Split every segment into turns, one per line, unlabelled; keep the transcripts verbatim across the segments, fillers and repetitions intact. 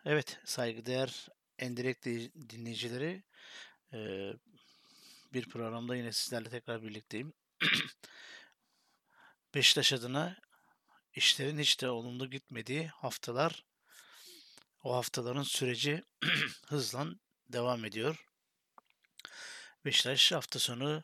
Evet, saygıdeğer Endirekt di- dinleyicileri, eee, bir programda yine sizlerle tekrar birlikteyim. Beşiktaş adına işlerin hiç de olumlu gitmediği haftalar, o haftaların süreci hızla devam ediyor. Beşiktaş hafta sonu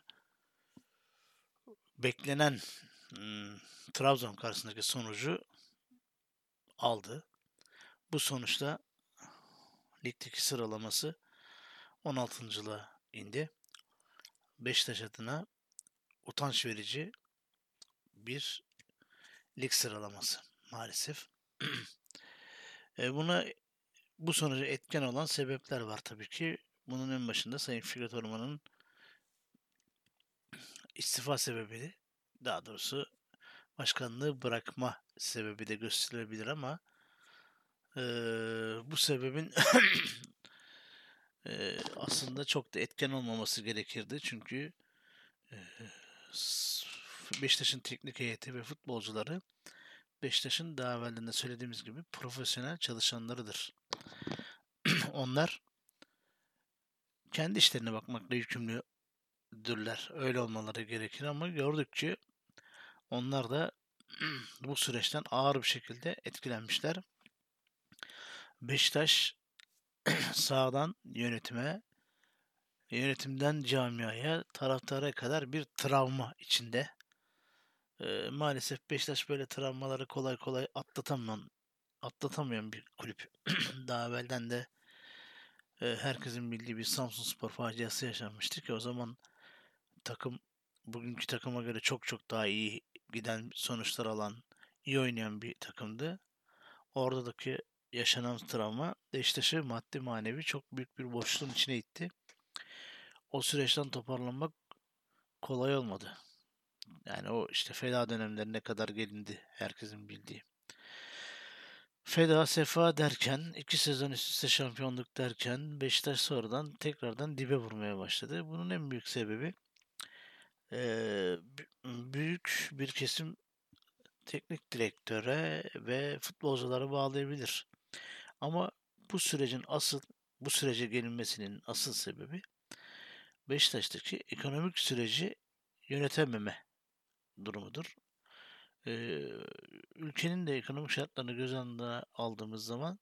beklenen hmm, Trabzon karşısındaki sonucu aldı. Bu sonuçta ligdeki sıralaması on altıncılığa indi. Beşiktaş adına utanç verici bir lig sıralaması maalesef. E, buna bu sonuca etken olan sebepler var tabii ki. Bunun en başında Sayın Fikret Orman'ın istifa sebebi, daha doğrusu başkanlığı bırakma sebebi de gösterilebilir ama e, bu sebebin e, aslında çok da etken olmaması gerekirdi. Çünkü e, Beşiktaş'ın teknik heyeti ve futbolcuları Beşiktaş'ın daha evvelden de söylediğimiz gibi profesyonel çalışanlarıdır. Onlar kendi işlerine bakmakla yükümlüdürler. Öyle olmaları gerekir ama gördük ki onlar da bu süreçten ağır bir şekilde etkilenmişler. Beşiktaş sağdan yönetime, yönetimden camiaya, taraftara kadar bir travma içinde. Ee, maalesef Beşiktaş böyle travmaları kolay kolay atlatamayan, atlatamayan bir kulüp. Daha evvelden de e, herkesin bildiği bir Samsunspor faciası yaşanmıştı ki o zaman takım bugünkü takıma göre çok çok daha iyi giden sonuçlar alan, iyi oynayan bir takımdı. Oradaki yaşanan travma Beşiktaş'ı maddi manevi çok büyük bir boşluğun içine itti. O süreçten toparlanmak kolay olmadı. Yani o işte feda dönemlerine kadar gelindi herkesin bildiği. Feda sefa derken, iki sezon üst üste şampiyonluk derken Beşiktaş sonradan tekrardan dibe vurmaya başladı. Bunun en büyük sebebi eee, büyük bir kesim teknik direktöre ve futbolculara bağlayabilir. Ama bu sürecin asıl bu sürece gelinmesinin asıl sebebi Beşiktaş'taki ekonomik süreci yönetememe durumudur. Ee, Ülkenin de ekonomik şartlarını göz önüne aldığımız zaman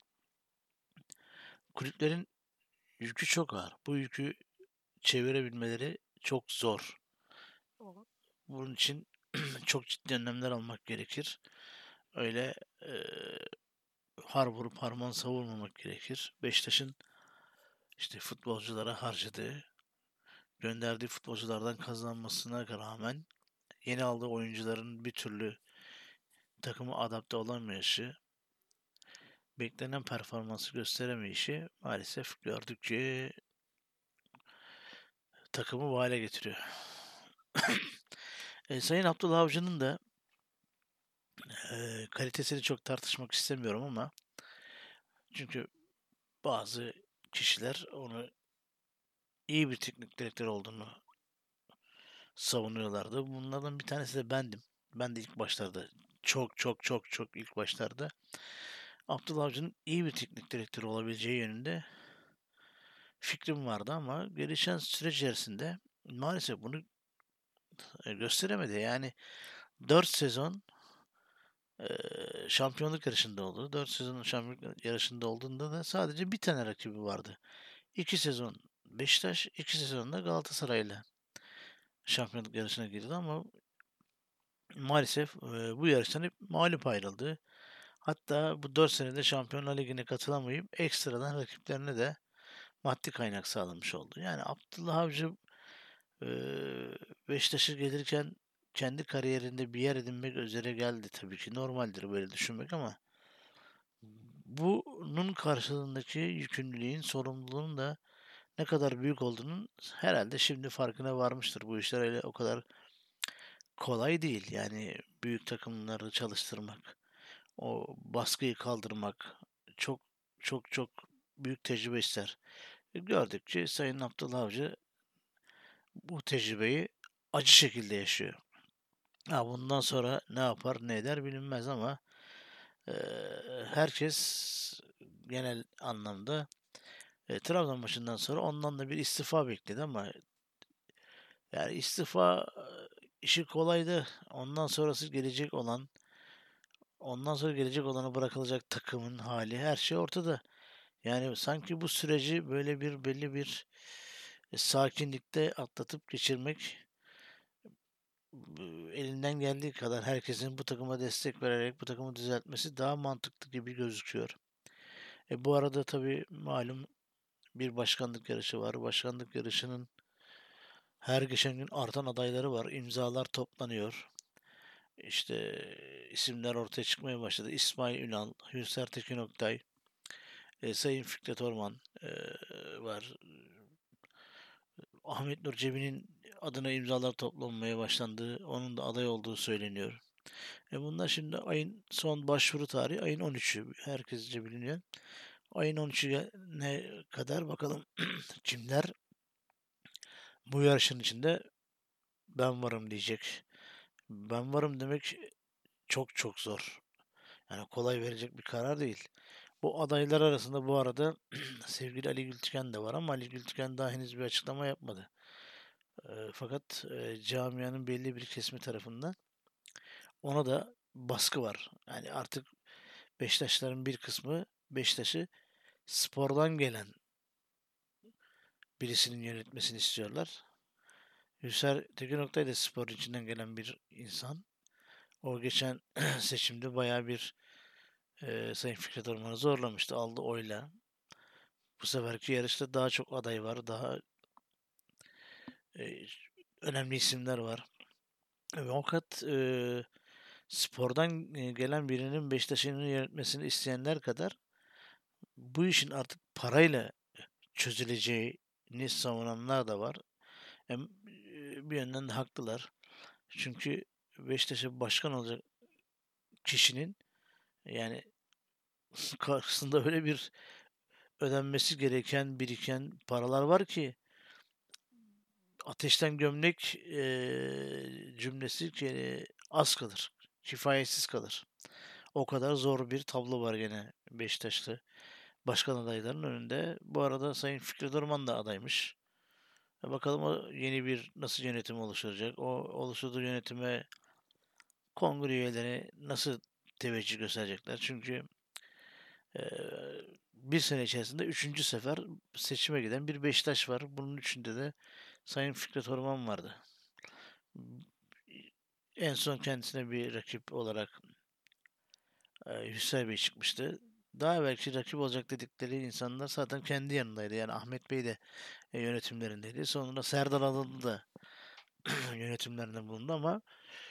kulüplerin yükü çok ağır. Bu yükü çevirebilmeleri çok zor. Bunun için çok ciddi önlemler almak gerekir. Öyle e, har vurup harman savurmamak gerekir. Beşiktaş'ın işte futbolculara harcadığı, gönderdiği futbolculardan kazanmasına rağmen yeni aldığı oyuncuların bir türlü takıma adapte olamayışı, beklenen performansı gösteremeyişi maalesef gördük ki takımı bu hale getiriyor. E, Sayın Abdullah Avcı'nın da e, kalitesini çok tartışmak istemiyorum ama çünkü bazı kişiler onu iyi bir teknik direktör olduğunu savunuyorlardı. Bunlardan bir tanesi de bendim. Ben de ilk başlarda çok çok çok çok ilk başlarda Abdullah Avcı'nın iyi bir teknik direktör olabileceği yönünde fikrim vardı ama gelişen süreç içerisinde maalesef bunu e, gösteremedi. Yani dört sezon e, şampiyonluk yarışında oldu. Dört sezon şampiyonluk yarışında olduğunda da sadece bir tane rakibi vardı. iki sezon Beşiktaş, iki sezonda Galatasaray'la şampiyonluk yarışına girdi ama maalesef e, bu yarıştan hep mağlup ayrıldı. Hatta bu dört senede Şampiyonlar Ligi'ne katılamayıp ekstradan rakiplerine de maddi kaynak sağlamış oldu. Yani Abdullah Avcı e, Beşiktaş'a gelirken kendi kariyerinde bir yer edinmek üzere geldi tabii ki. Normaldir böyle düşünmek ama bunun karşılığındaki yükümlülüğün, sorumluluğun da ne kadar büyük olduğunun herhalde şimdi farkına varmıştır. Bu işler öyle o kadar kolay değil. Yani büyük takımları çalıştırmak, o baskıyı kaldırmak çok çok çok büyük tecrübe ister. E, Gördük ki Sayın Abdullah Avcı bu tecrübeyi acı şekilde yaşıyor. Ha, bundan sonra ne yapar ne eder bilinmez ama e, herkes genel anlamda e, Trabzon maçından sonra ondan da bir istifa bekledi ama yani istifa e, işi kolaydı. Ondan sonrası gelecek olan, ondan sonra gelecek olana bırakılacak takımın hali, her şey ortada. Yani sanki bu süreci böyle bir belli bir e, sakinlikte atlatıp geçirmek bu- elinden geldiği kadar herkesin bu takıma destek vererek bu takımı düzeltmesi daha mantıklı gibi gözüküyor. E bu arada tabii malum bir başkanlık yarışı var. Başkanlık yarışının her geçen gün artan adayları var. İmzalar toplanıyor. İşte e, isimler ortaya çıkmaya başladı. İsmail Ünal, Hülser Tekin Oktay, e, Sayın Fikret Orman e, var. Ahmet Nur Çebi'nin adına imzalar toplanmaya başlandığı, onun da aday olduğu söyleniyor. E bunlar şimdi ayın son başvuru tarihi ayın on üçü. Herkesce biliniyor. Ayın on üçüne kadar bakalım kimler bu yarışın içinde ben varım diyecek. Ben varım demek çok çok zor. Yani kolay verecek bir karar değil. Bu adaylar arasında bu arada sevgili Ali Gültiken de var ama Ali Gültiken daha henüz bir açıklama yapmadı. E, fakat e, camianın belli bir kesimi tarafından ona da baskı var. Yani artık Beşiktaşların bir kısmı Beşiktaş'ı spordan gelen birisinin yönetmesini istiyorlar. Hüser Tekin Oktay da spor içinden gelen bir insan. O geçen seçimde bayağı bir e, Sayın Fikret Orman'ı zorlamıştı. Aldı oyla. Bu seferki yarışta daha çok aday var. Daha e, önemli isimler var. Ve fakat e, spordan e, gelen birinin Beşiktaş'ın yönetmesini isteyenler kadar bu işin artık parayla çözüleceğini savunanlar da var. Hem e, bir yönden de haklılar. Çünkü Beşiktaş'a başkan olacak kişinin yani karşısında öyle bir ödenmesi gereken biriken paralar var ki ateşten gömlek eee, cümlesi ki az kalır. Kifayetsiz kalır. O kadar zor bir tablo var gene Beşiktaş'ta başkan adaylarının önünde. Bu arada Sayın Fikret Orman da adaymış. E bakalım o yeni bir nasıl yönetim oluşturacak? O oluşturduğu yönetime kongre üyeleri nasıl teveccüh gösterecekler? Çünkü eee, bir sene içerisinde üçüncü sefer seçime giden bir Beşiktaş var. Bunun içinde de Sayın Fikret Orman vardı. En son kendisine bir rakip olarak e, Hüseyin Bey çıkmıştı. Daha belki rakip olacak dedikleri insanlar zaten kendi yanındaydı. Yani Ahmet Bey de e, yönetimlerindeydi. Sonra Serdar Adalı da yönetimlerinde bulundu ama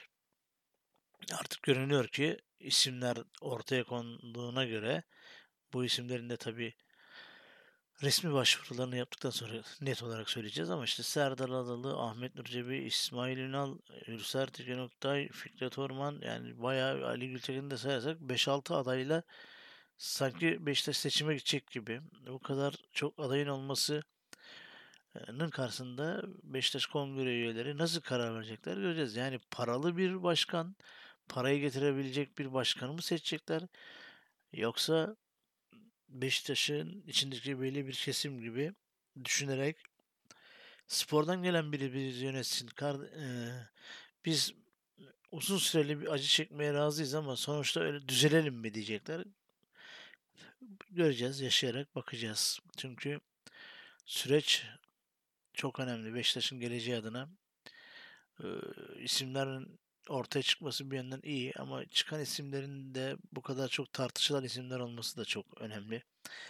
artık görünüyor ki isimler ortaya konduğuna göre bu isimlerin de tabii resmi başvurularını yaptıktan sonra net olarak söyleyeceğiz ama işte Serdar Adalı, Ahmet Nur Çebi, İsmail Ünal, Hülser Tekin Oktay, Fikret Orman yani bayağı Ali Gültekin'i de sayarsak beş altı adayla sanki Beşiktaş seçime gidecek gibi. Bu kadar çok adayın olmasının karşısında Beşiktaş kongre üyeleri nasıl karar verecekler göreceğiz. Yani paralı bir başkan, parayı getirebilecek bir başkanı mı seçecekler? Yoksa Beşiktaş'ın içindeki belli bir kesim gibi düşünerek spordan gelen biri bizi yönetsin. Kar, eee, biz uzun süreli bir acı çekmeye razıyız ama sonuçta öyle düzelelim mi diyecekler. Göreceğiz, yaşayarak bakacağız. Çünkü süreç çok önemli. Beşiktaş'ın geleceği adına eee, isimlerin ortaya çıkması bir yandan iyi ama çıkan isimlerin de bu kadar çok tartışılan isimler olması da çok önemli.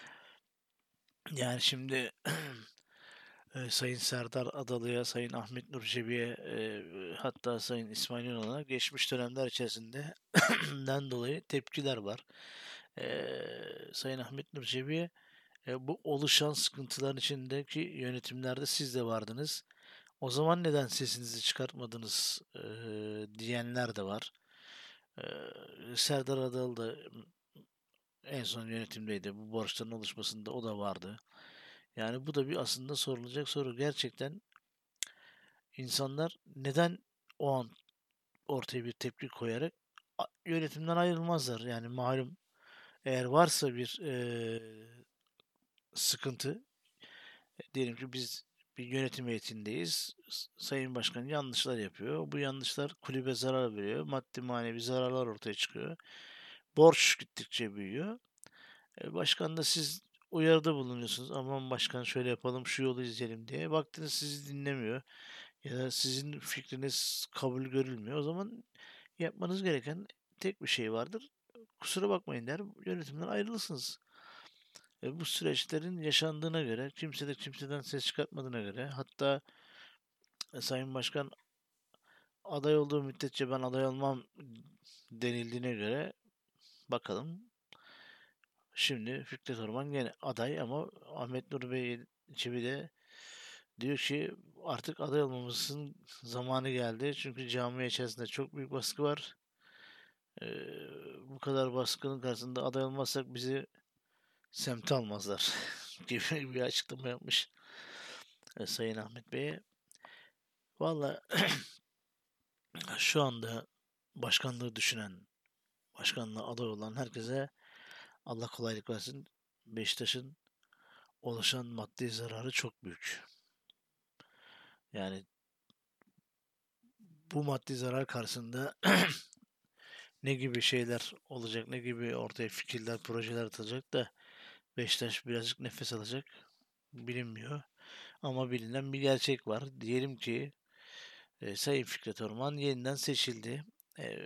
Yani şimdi e, Sayın Serdar Adalı'ya, Sayın Ahmet Nur Çebi'ye e, hatta Sayın İsmail Ünal'a geçmiş dönemler içerisinde den dolayı tepkiler var. E, Sayın Ahmet Nur Çebi'ye e, bu oluşan sıkıntıların içindeki yönetimlerde siz de vardınız. O zaman neden sesinizi çıkartmadınız e, diyenler de var. E, Serdar Adalı da en son yönetimdeydi. Bu borçların oluşmasında o da vardı. Yani bu da bir aslında sorulacak soru. Gerçekten insanlar neden o an ortaya bir tepki koyarak a- yönetimden ayrılmazlar? Yani malum Eğer varsa bir eee, sıkıntı, e, diyelim ki biz bir yönetim heyetindeyiz. S- Sayın Başkan yanlışlar yapıyor. Bu yanlışlar kulübe zarar veriyor. Maddi manevi zararlar ortaya çıkıyor. Borç gittikçe büyüyor. E, başkan da siz uyarıda bulunuyorsunuz. Aman başkan şöyle yapalım, şu yolu izleyelim diye. Baktınız sizi dinlemiyor ya da sizin fikriniz kabul görülmüyor. O zaman yapmanız gereken tek bir şey vardır. Kusura bakmayın der, yönetimden ayrılırsınız. E, bu süreçlerin yaşandığına göre, kimse de kimseden ses çıkartmadığına göre, hatta e, Sayın Başkan aday olduğu müddetçe ben aday olmam denildiğine göre bakalım. Şimdi Fikret Orman gene aday ama Ahmet Nur Bey Çebi de diyor ki artık aday olmamızın zamanı geldi. Çünkü cami içerisinde çok büyük baskı var. Ee, Bu kadar baskının karşısında aday olmazsak bizi semte almazlar gibi bir açıklama yapmış e, Sayın Ahmet Bey'e. Valla şu anda başkanlığı düşünen, başkanlığa aday olan herkese Allah kolaylık versin. Beşiktaş'ın oluşan maddi zararı çok büyük. Yani bu maddi zarar karşısında ne gibi şeyler olacak, ne gibi ortaya fikirler, projeler atılacak da Beşiktaş birazcık nefes alacak bilinmiyor. Ama bilinen bir gerçek var. Diyelim ki e, Sayın Fikret Orman yeniden seçildi. E,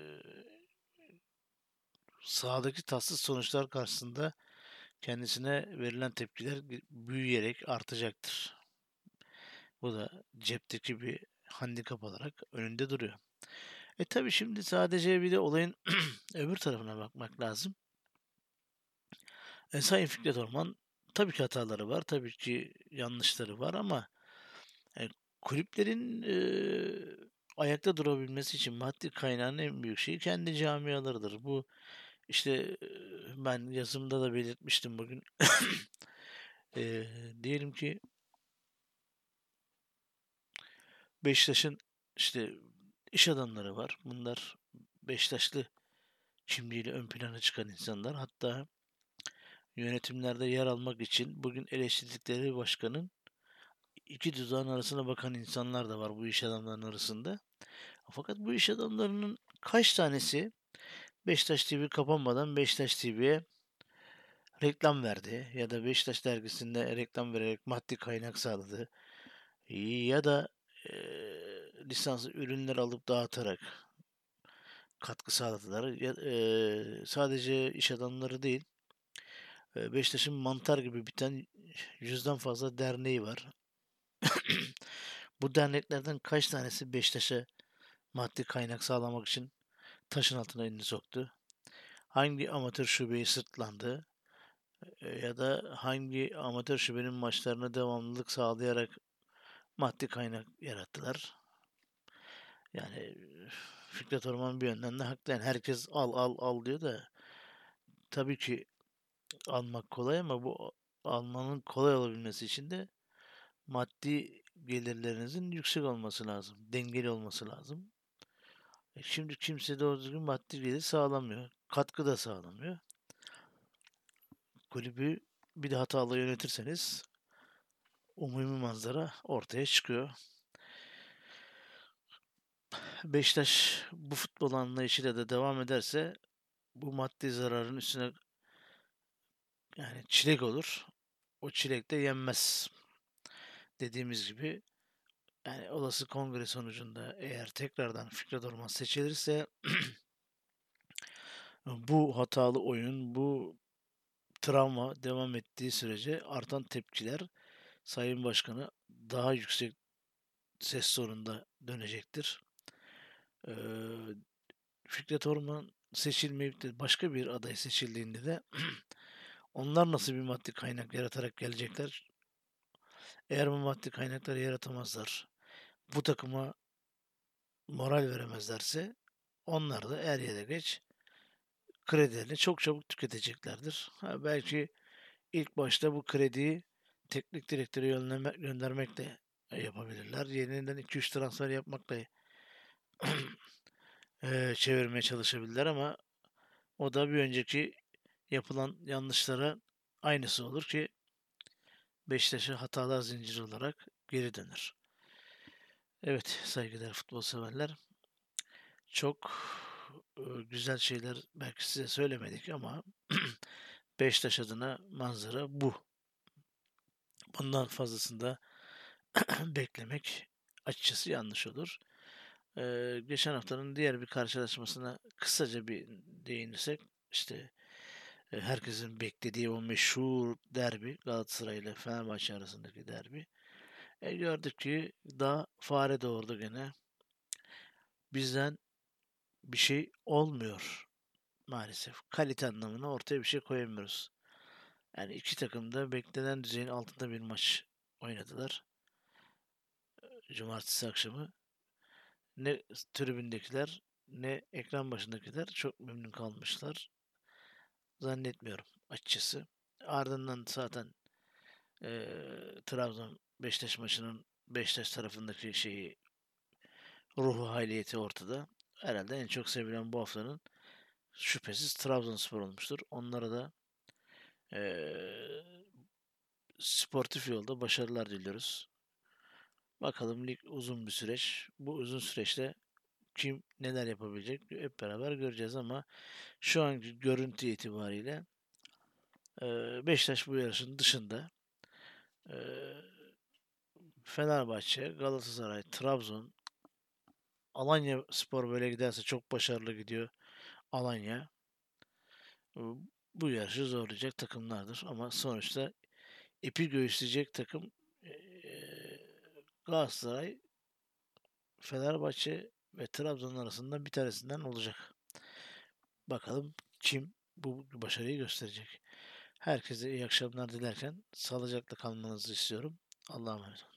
Sahadaki tatsız sonuçlar karşısında kendisine verilen tepkiler büyüyerek artacaktır. Bu da cepteki bir handikap olarak önünde duruyor. E tabi şimdi sadece bir de olayın öbür tarafına bakmak lazım. E, Sayın Fikret Orman tabii ki hataları var, tabii ki yanlışları var ama e, kulüplerin e, ayakta durabilmesi için maddi kaynağın en büyük şeyi kendi camialarıdır. Bu işte e, ben yazımda da belirtmiştim bugün. E, Diyelim ki Beşiktaş'ın işte iş adamları var. Bunlar Beşiktaşlı kimliğiyle ön plana çıkan insanlar. Hatta yönetimlerde yer almak için bugün eleştirdikleri başkanın iki dudağın arasına bakan insanlar da var bu iş adamlarının arasında. Fakat bu iş adamlarının kaç tanesi Beşiktaş T V kapanmadan Beşiktaş T V'ye reklam verdi ya da Beşiktaş dergisinde reklam vererek maddi kaynak sağladı ya da e, lisanslı ürünler alıp dağıtarak katkı sağladılar. Ya, e, sadece iş adamları değil, e, Beşiktaş'ın mantar gibi biten yüzden fazla derneği var. Bu derneklerden kaç tanesi Beşiktaş'a maddi kaynak sağlamak için taşın altına elini soktu? Hangi amatör şubeyi sırtlandı? E, ya da hangi amatör şubenin maçlarına devamlılık sağlayarak maddi kaynak yarattılar? Yani Fikret Orman bir yönden de haklı. Yani herkes al al al diyor da tabii ki almak kolay ama bu almanın kolay olabilmesi için de maddi gelirlerinizin yüksek olması lazım. Dengeli olması lazım. E şimdi kimse doğru düzgün maddi gelir sağlamıyor. Katkı da sağlamıyor. Kulübü bir de hatalı yönetirseniz umumi manzara ortaya çıkıyor. Beşiktaş bu futbol anlayışıyla da devam ederse bu maddi zararın üstüne yani çilek olur. O çilek de yenmez. Dediğimiz gibi yani olası kongre sonucunda eğer tekrardan Fikret Orman seçilirse bu hatalı oyun, bu travma devam ettiği sürece artan tepkiler Sayın Başkanı daha yüksek ses tonunda dönecektir. Ee, Fikret Orman seçilmeyip de başka bir aday seçildiğinde de onlar nasıl bir maddi kaynak yaratarak gelecekler? Eğer bu maddi kaynakları yaratamazlar, bu takıma moral veremezlerse onlar da er ya da geç kredilerini çok çabuk tüketeceklerdir. Ha, belki ilk başta bu krediyi teknik direktöre yönlenme- göndermekle yapabilirler. Yeniden iki üç transfer yapmakla eee, çevirmeye çalışabilirler ama o da bir önceki yapılan yanlışlara aynısı olur ki Beşiktaş'a hatalar zinciri olarak geri dönür. Evet saygıdeğer futbol severler. Çok e, güzel şeyler belki size söylemedik ama Beşiktaş adına manzara bu. Bundan fazlasını da beklemek açıkçası yanlış olur. Ee, geçen haftanın diğer bir karşılaşmasına kısaca bir değinirsek işte e, herkesin beklediği o meşhur derbi Galatasaray ile Fenerbahçe arasındaki derbi. E, gördük ki daha fare doğurdu gene. Bizden bir şey olmuyor maalesef. Kalite anlamına ortaya bir şey koyamıyoruz. Yani iki takım da beklenen düzeyin altında bir maç oynadılar. Cumartesi akşamı. Ne tribündekiler ne ekran başındakiler çok memnun kalmışlar. Zannetmiyorum açıkçası. Ardından zaten eee Trabzon Beşiktaş maçının Beşiktaş tarafındaki şeyi ruhu haliyeti ortada. Herhalde en çok sevilen bu haftanın şüphesiz Trabzonspor olmuştur. Onlara da eee, sportif yolda başarılar diliyoruz. Bakalım lig uzun bir süreç. Bu uzun süreçte kim neler yapabilecek hep beraber göreceğiz ama şu anki görüntü itibariyle eee, Beşiktaş bu yarışın dışında. eee, Fenerbahçe, Galatasaray, Trabzon, Alanya Spor böyle giderse çok başarılı gidiyor. Alanya bu bu yarışı zorlayacak takımlardır ama sonuçta ipi göğüsleyecek takım eee, Galatasaray, Fenerbahçe ve Trabzon arasında bir tanesinden olacak. Bakalım kim bu başarıyı gösterecek. Herkese iyi akşamlar dilerken sağlıcakla kalmanızı istiyorum. Allah'a emanet olun.